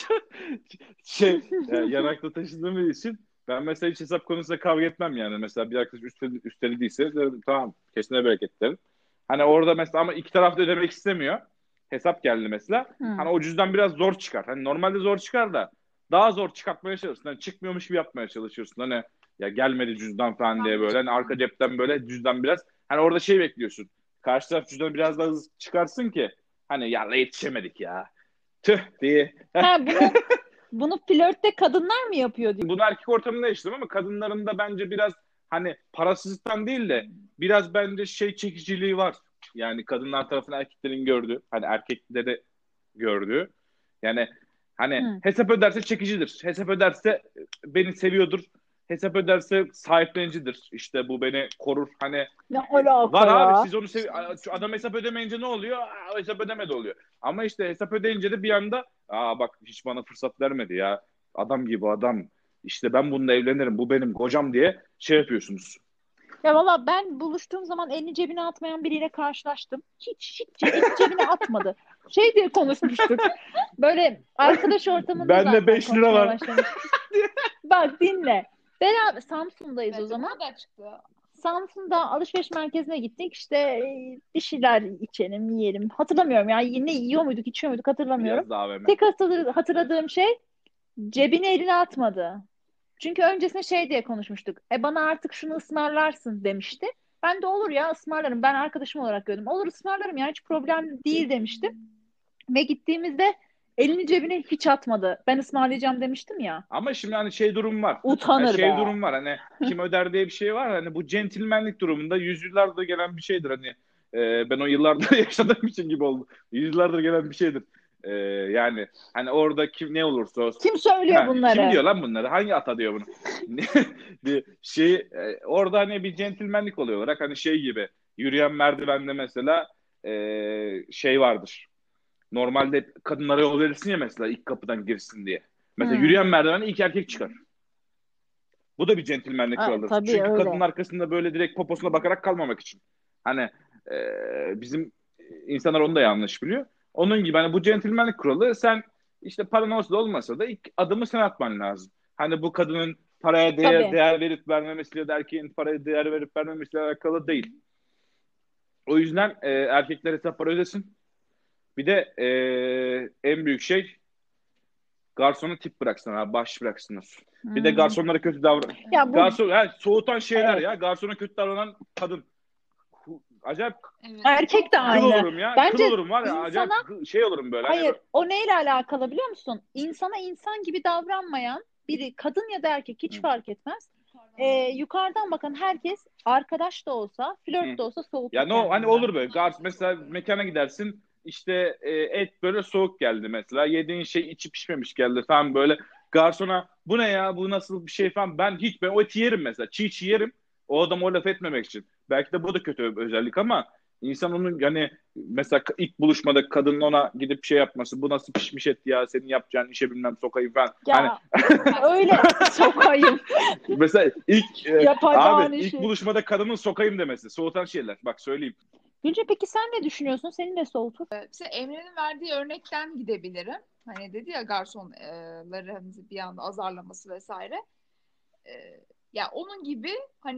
Speaker 4: şey e, yanakta taşıdığımız için ben mesela hiç hesap konusunda kavga etmem yani. Mesela bir arkadaş üsteli, üstelediyse derim, tamam kesine bereket derim. Hani orada mesela ama iki taraf da ödemek istemiyor. Hesap geldi mesela.
Speaker 7: Hı.
Speaker 4: Hani o cüzdan biraz zor çıkar. Hani normalde zor çıkar da daha zor çıkartmaya çalışırsın. Hani çıkmıyormuş gibi yapmaya çalışıyorsun. Hani ya gelmedi cüzdan falan diye böyle. Hani arka cepten böyle cüzdan biraz. Hani orada şey bekliyorsun. Karşı taraf cüzdanı biraz daha hızlı çıkarsın ki hani ya la yetişemedik ya. Tüh diye.
Speaker 7: Ha bunu bunu flörtte kadınlar mı yapıyor diyor.
Speaker 4: Bunu erkek ortamında yaşadım ama kadınların da bence biraz hani parasızlıktan değil de biraz bence şey çekiciliği var. Yani kadınlar tarafından erkeklerin gördüğü, hani erkekleri gördüğü. Yani hani
Speaker 7: Hı.
Speaker 4: hesap öderse çekicidir. Hesap öderse beni seviyordur. Hesap öderse sahiplenicidir. İşte bu beni korur. Hani
Speaker 7: Ne alaka
Speaker 4: var abi
Speaker 7: ya?
Speaker 4: siz onu sev adam hesap ödemeyince ne oluyor? Aa, o hesap ödemedi oluyor. Ama işte hesap ödeyince de bir anda aa bak hiç bana fırsat vermedi ya. Adam gibi adam. İşte ben bununla evlenirim. Bu benim kocam diye şey yapıyorsunuz.
Speaker 7: Ya valla ben buluştuğum zaman elini cebine atmayan biriyle karşılaştım. Hiç hiç ce- elini cebine atmadı. Şey diye konuşmuştuk. Böyle arkadaş ortamında
Speaker 4: Bende
Speaker 7: zaten
Speaker 4: beş lira
Speaker 7: konuşmaya
Speaker 4: var.
Speaker 7: başlamıştık. Bak dinle. Beraber Samsun'dayız o
Speaker 3: Bence
Speaker 7: zaman.
Speaker 3: bu kadar çıktı.
Speaker 7: Samsun'da alışveriş merkezine gittik. İşte e, bir şeyler içelim, yiyelim. Hatırlamıyorum ya. Ne yiyor muyduk, içiyor muyduk hatırlamıyorum.
Speaker 4: Biraz daha A V M.
Speaker 7: Tek hatırlı- hatırladığım şey cebine elini atmadı. Çünkü öncesinde şey diye konuşmuştuk. E bana artık şunu ısmarlarsın demişti. Ben de olur ya ısmarlarım. Ben arkadaşım olarak gördüm. Olur ısmarlarım ya hiç problem değil demiştim. Ve gittiğimizde elini cebine hiç atmadı. Ben ısmarlayacağım demiştim ya.
Speaker 4: Ama şimdi hani şey durum var. Hani
Speaker 7: Utanır
Speaker 4: şey
Speaker 7: be.
Speaker 4: durum var. Hani kim öder diye bir şey var. Hani bu centilmenlik durumunda yüzyıllardır gelen bir şeydir. Hani e, ben o yıllarda yaşadığım için gibi oldu. Yüzyıllardır gelen bir şeydir. E, yani hani orada kim ne olursa olsun.
Speaker 7: Kim söylüyor
Speaker 4: Ha, kim
Speaker 7: bunları?
Speaker 4: diyor lan bunları? Hangi ata diyor bunu? bir şey e, orada hani bir centilmenlik oluyor olarak hani şey gibi yürüyen merdivende mesela e, şey vardır. Normalde kadınlara yol verirsin ya mesela ilk kapıdan girsin diye. Mesela
Speaker 7: Hmm.
Speaker 4: yürüyen merdivene ilk erkek çıkar. Bu da bir centilmenlik
Speaker 7: Ha,
Speaker 4: kuralıdır.
Speaker 7: tabii
Speaker 4: Çünkü
Speaker 7: öyle.
Speaker 4: kadının arkasında böyle direkt poposuna bakarak kalmamak için. Hani e, bizim insanlar onu da yanlış biliyor. Onun gibi hani bu centilmenlik kuralı sen işte paran olsa da olmasa da ilk adımı sen atman lazım. Hani bu kadının paraya değer,
Speaker 7: Tabii.
Speaker 4: değer verip vermemesiyle de erkeğin paraya değer verip vermemesiyle alakalı değil. O yüzden e, erkekler hesap para ödesin. Bir de e, en büyük şey garsona tip bıraksınlar abi, baş bıraksınlar. Bir de
Speaker 7: Hmm.
Speaker 4: garsonlara kötü davran.
Speaker 7: Ya bu
Speaker 4: Garson, ha, soğutan şeyler
Speaker 7: evet.
Speaker 4: ya. Garsona kötü davranan kadın. Acayip
Speaker 3: Evet.
Speaker 7: Erkek de
Speaker 3: Çok
Speaker 4: kıl
Speaker 7: aynı.
Speaker 4: olurum ya. Kıl
Speaker 7: Bence
Speaker 4: olurum var ya. Acayip
Speaker 7: insana
Speaker 4: kı- şey olurum böyle. Hani
Speaker 7: hayır
Speaker 4: böyle.
Speaker 7: o neyle alakalı biliyor musun? İnsana insan gibi davranmayan biri kadın ya da erkek hiç
Speaker 4: Hı.
Speaker 7: fark etmez. Ee, yukarıdan bakan herkes arkadaş da olsa
Speaker 4: Hı.
Speaker 7: flört de olsa soğutur
Speaker 4: Ya no hani
Speaker 7: kendinden.
Speaker 4: olur böyle. Gars mesela mekana gidersin. İşte e, et böyle soğuk geldi mesela. Yediğin şey içi pişmemiş geldi falan böyle. Garsona bu ne ya bu nasıl bir şey falan. Ben hiç ben o eti yerim mesela. Çiğ çiğ yerim. O adam o laf etmemek için. Belki de bu da kötü bir özellik ama insan onun yani mesela ilk buluşmada kadının ona gidip şey yapması. Bu nasıl pişmiş et ya senin yapacağın işe bilmem sokayım falan. Hani
Speaker 7: Ya öyle sokayım
Speaker 4: mesela ilk e,
Speaker 7: yapacağın
Speaker 4: abi ilk
Speaker 7: işi.
Speaker 4: buluşmada kadının sokayım demesi. Soğutan şeyler. Bak söyleyeyim.
Speaker 7: Gülce peki sen ne düşünüyorsun? Seni ne soğutur?
Speaker 5: İşte Emre'nin verdiği örnekten gidebilirim. Hani dedi ya garsonları hani bir anda azarlaması vesaire. Ee, ya onun gibi hani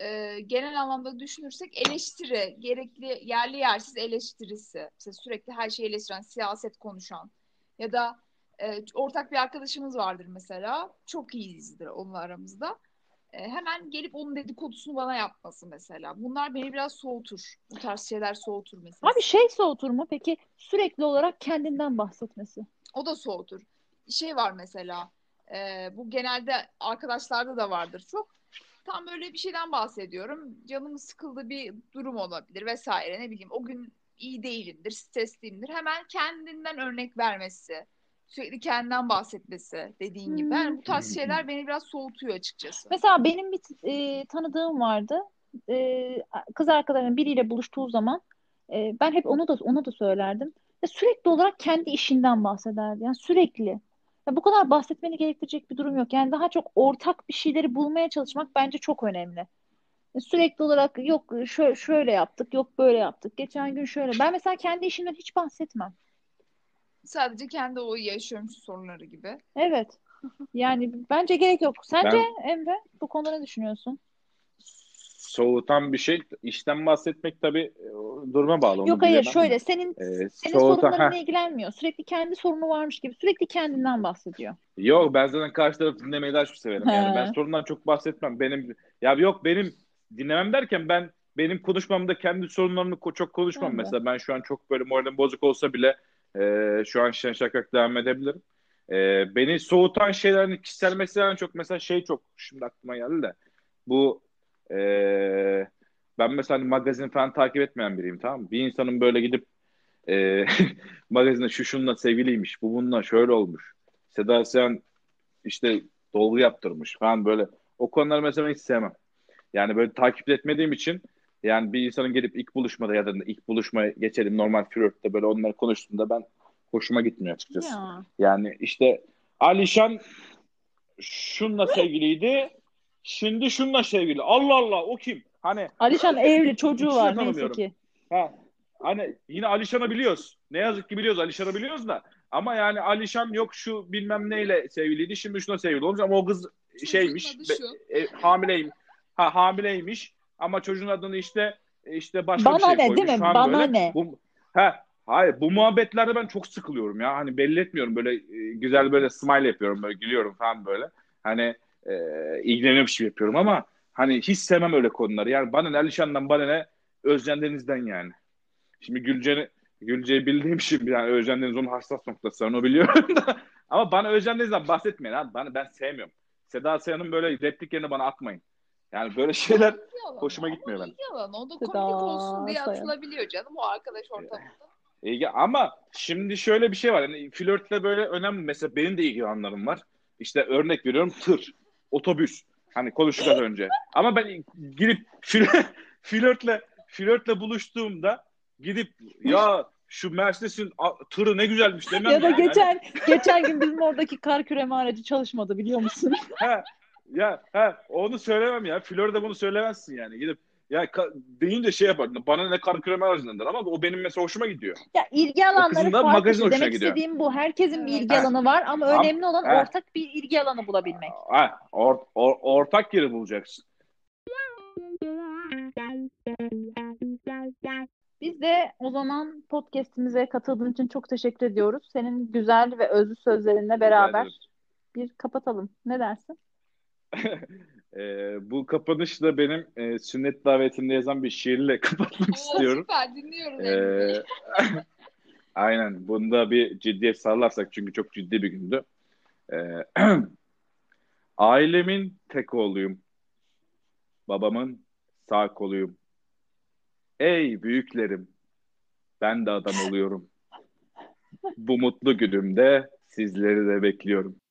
Speaker 5: e, genel anlamda düşünürsek eleştiri, gerekli yerli yersiz eleştirisi. Mesela sürekli her şeyi eleştiren, siyaset konuşan ya da e, ortak bir arkadaşımız vardır mesela. Çok iyiyizdir onunla aramızda. E, hemen gelip onun dedikodusunu bana yapması mesela. Bunlar beni biraz soğutur. Bu tarz şeyler soğutur mesela.
Speaker 7: Abi şey soğutur mu? Peki sürekli olarak kendinden bahsetmesi.
Speaker 5: O da soğutur. Şey var mesela, e, bu genelde arkadaşlarda da vardır çok. Tam böyle bir şeyden bahsediyorum. Canım sıkıldı bir durum olabilir vesaire, ne bileyim. O gün iyi değilimdir, stresliyimdir. Hemen kendinden örnek vermesi, sürekli kendinden bahsetmesi dediğin gibi. Yani bu tarz şeyler beni biraz soğutuyor açıkçası.
Speaker 7: Mesela benim bir e, tanıdığım vardı. E, kız arkadaşım biriyle buluştuğu zaman e, ben hep onu da ona da söylerdim. Ve sürekli olarak kendi işinden bahsederdi. Yani sürekli. Ya bu kadar bahsetmeni gerektirecek bir durum yok. Yani daha çok ortak bir şeyleri bulmaya çalışmak bence çok önemli. E, Sürekli olarak yok şöyle, şöyle yaptık, yok böyle yaptık. Geçen gün şöyle. Ben mesela kendi işimden hiç bahsetmem.
Speaker 5: Sadece kendi o yaşıyormuş sorunları gibi.
Speaker 7: Evet. Yani bence gerek yok. Sence
Speaker 4: Ben
Speaker 7: Emre bu konuda ne düşünüyorsun?
Speaker 4: soğutan bir şey. İşten bahsetmek tabii e, duruma bağlı. Onu
Speaker 7: Yok hayır
Speaker 4: bilemem de.
Speaker 7: şöyle senin
Speaker 4: E,
Speaker 7: senin
Speaker 4: soğutan
Speaker 7: sorunlarınla
Speaker 4: ha.
Speaker 7: ilgilenmiyor. Sürekli kendi sorunu varmış gibi sürekli kendinden bahsediyor.
Speaker 4: Yok, ben zaten karşı tarafı dinlemeyi daha çok severim. Yani ben
Speaker 7: He,
Speaker 4: sorundan çok bahsetmem. Benim ya yok benim dinlemem derken ben benim konuşmamda kendi sorunlarımı ko- çok konuşmam.
Speaker 7: ben de.
Speaker 4: Mesela ben şu an çok böyle moralim bozuk olsa bile e, şu an şen şakrak devam edebilirim. E, beni soğutan şeylerin kişisel meselelerin çok mesela şey çok şimdi aklıma geldi de bu e, ben mesela hani magazin falan takip etmeyen biriyim, tamam mı? Bir insanın böyle gidip e, magazinde şu şununla sevgiliymiş, bu bununla şöyle olmuş. Seda Sayan işte dolgu yaptırmış falan böyle. O konuları mesela hiç sevmem. Yani böyle takip etmediğim için yani bir insanın gelip ilk buluşmada ya da ilk buluşmaya geçelim normal flörtte böyle onları konuştuğunda ben hoşuma gitmiyor açıkçası.
Speaker 7: Ya.
Speaker 4: Yani işte Alişan şunla sevgiliydi. Şimdi şunla sevgili. Allah Allah, o kim? Hani
Speaker 7: Alişan evli çocuğu
Speaker 4: ikisini de
Speaker 7: var neyse
Speaker 4: tanımıyorum.
Speaker 7: ki.
Speaker 4: Ha, hani yine Alişan'ı biliyoruz. Ne yazık ki biliyoruz. Alişan'ı biliyoruz da. Ama yani Alişan yok şu bilmem neyle sevgiliydi. Şimdi şuna sevgili olmuş ama o kız
Speaker 5: Çocuğun
Speaker 4: şeymiş.
Speaker 5: adı
Speaker 4: be-
Speaker 5: şu.
Speaker 4: e, hamileyim. Ha, hamileymiş ama çocuğun adını işte işte başka bir
Speaker 7: Bana
Speaker 4: şey
Speaker 7: ne değil
Speaker 4: koymuş
Speaker 7: mi?
Speaker 4: falan
Speaker 7: Bana
Speaker 4: böyle.
Speaker 7: ne?
Speaker 4: Bu ha hayır, bu muhabbetlerde ben çok sıkılıyorum ya. Hani belli etmiyorum böyle e, güzel böyle smile yapıyorum böyle gülüyorum falan böyle. Hani e, ilgileniyormuş gibi yapıyorum ama hani hiç sevmem öyle konuları. Yani bana ne Alişan'dan bana ne Özcan Deniz'den yani. Şimdi Gülce'ni Gülce'yi bildiğim için yani Özcan Deniz onun hassas noktası, onu biliyorum da. Ama bana Özcan Deniz'den bahsetmeyin abi. Bana, ben sevmiyorum. Seda Sayan'ın böyle replik yerine bana atmayın. Yani böyle şeyler
Speaker 5: İlgi alanı
Speaker 4: hoşuma
Speaker 5: ama
Speaker 4: gitmiyor benim.
Speaker 5: ilgi alanı. O da komik olsun
Speaker 7: Seda
Speaker 5: diye
Speaker 7: Sayan.
Speaker 5: atılabiliyor canım o arkadaş ortamında.
Speaker 4: İlgi, ama şimdi şöyle bir şey var. Yani flörtle böyle önemli. Mesela benim de ilgi alanlarım var. İşte örnek veriyorum, tır, otobüs. Hani konuştuk az önce. Ama ben gidip flö- flörtle flörtle buluştuğumda gidip ya şu Mercedes'in a- tırı ne güzelmiş demem
Speaker 7: Ya da
Speaker 4: yani. Hani
Speaker 7: geçen geçen gün bizim oradaki kar küreme aracı çalışmadı biliyor musun?
Speaker 4: ha ya ha onu söylemem ya. Flörde bunu söylemezsin yani. Gidip ya ka- deyince şey yapar. Bana ne kar küreme aracındandır ama o benim mesela hoşuma gidiyor.
Speaker 7: Ya ilgi
Speaker 4: O
Speaker 7: alanları
Speaker 4: kızın da
Speaker 7: farklı
Speaker 4: magazin
Speaker 7: işte.
Speaker 4: hoşuna
Speaker 7: Demek
Speaker 4: gidiyor.
Speaker 7: istediğim bu. Herkesin bir ilgi
Speaker 5: Evet.
Speaker 4: Ha,
Speaker 7: alanı var ama
Speaker 4: am,
Speaker 7: önemli olan
Speaker 4: ha,
Speaker 7: ortak bir ilgi alanı bulabilmek.
Speaker 4: ha, or- or- ortak yeri bulacaksın.
Speaker 7: Biz de o zaman podcast'imize katıldığın için çok teşekkür ediyoruz. Senin güzel ve özlü sözlerinle
Speaker 4: Rica ederim.
Speaker 7: beraber bir kapatalım. Ne dersin?
Speaker 4: Ee, bu kapanış da benim e, sünnet davetinde yazan bir şiirle kapatmak
Speaker 5: Oo,
Speaker 4: istiyorum.
Speaker 5: süper dinliyoruz Emre Bey.
Speaker 4: Ee, aynen. Bunda bir ciddiyet sağlarsak çünkü çok ciddi bir gündü. Ee, ailemin tek oğluyum. Babamın sağ koluyum. Ey büyüklerim, ben de adam oluyorum. Bu mutlu günümde sizleri de bekliyorum.